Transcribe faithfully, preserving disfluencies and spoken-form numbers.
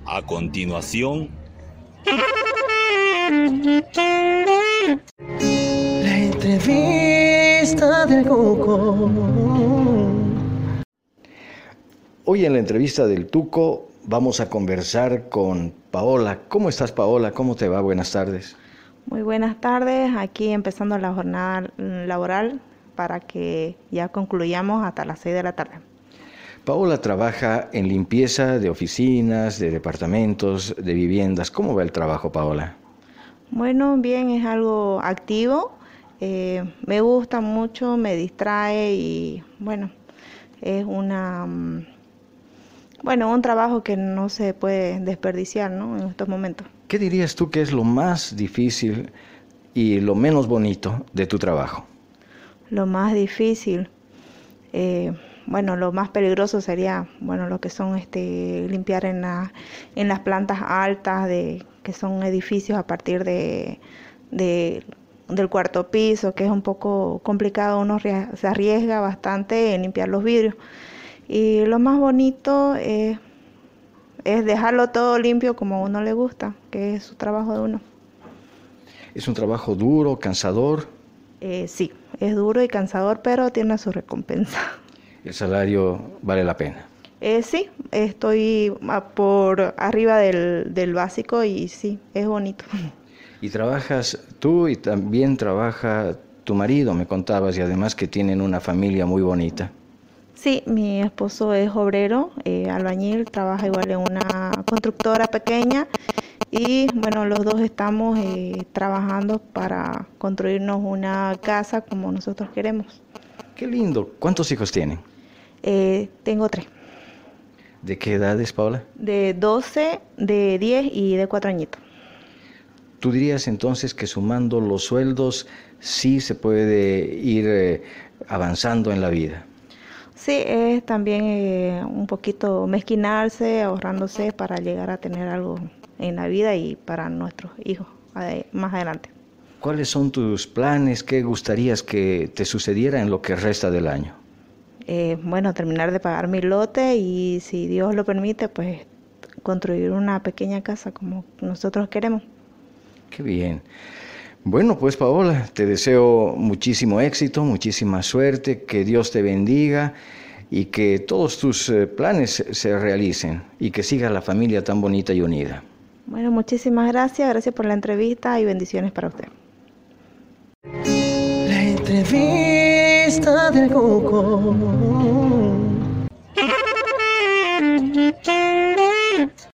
A continuación, la entrevista del Tuco. Hoy en la entrevista del Tuco vamos a conversar con Paola. ¿Cómo estás, Paola? ¿Cómo te va? Buenas tardes. Muy buenas tardes, aquí empezando la jornada laboral para que ya concluyamos hasta las seis de la tarde. Paola trabaja en limpieza de oficinas, de departamentos, de viviendas. ¿Cómo va el trabajo, Paola? Bueno, bien, es algo activo, eh, me gusta mucho, me distrae y bueno, es una, bueno, un trabajo que no se puede desperdiciar, ¿no?, en estos momentos. ¿Qué dirías tú que es lo más difícil y lo menos bonito de tu trabajo? Lo más difícil, eh, bueno, lo más peligroso sería, bueno, lo que son este limpiar en la, en las plantas altas de que son edificios a partir de, de del cuarto piso, que es un poco complicado, uno se arriesga bastante en limpiar los vidrios. Y lo más bonito es, es dejarlo todo limpio como a uno le gusta, que es su trabajo de uno. ¿Es un trabajo duro, cansador? Eh, sí, es duro y cansador, pero tiene su recompensa. ¿El salario vale la pena? Eh, sí, estoy por arriba del, del básico y sí, es bonito. ¿Y trabajas tú y también trabaja tu marido, me contabas, y además que tienen una familia muy bonita? Sí, mi esposo es obrero, eh, albañil, trabaja igual en una constructora pequeña y bueno, los dos estamos eh, trabajando para construirnos una casa como nosotros queremos. ¡Qué lindo! ¿Cuántos hijos tienen? Eh, tengo tres. ¿De qué edades, Paola? De doce, de diez y de cuatro añitos. ¿Tú dirías entonces que sumando los sueldos sí se puede ir eh, avanzando en la vida? Sí, es también eh, un poquito mezquinarse, ahorrándose para llegar a tener algo en la vida y para nuestros hijos eh, más adelante. ¿Cuáles son tus planes? ¿Qué gustarías que te sucediera en lo que resta del año? Eh, bueno, terminar de pagar mi lote y si Dios lo permite, pues construir una pequeña casa como nosotros queremos. Qué bien. Bueno, pues Paola, te deseo muchísimo éxito, muchísima suerte, que Dios te bendiga y que todos tus eh, planes se realicen y que siga la familia tan bonita y unida. Bueno, muchísimas gracias, gracias por la entrevista y bendiciones para usted. La entrevista del Tuco.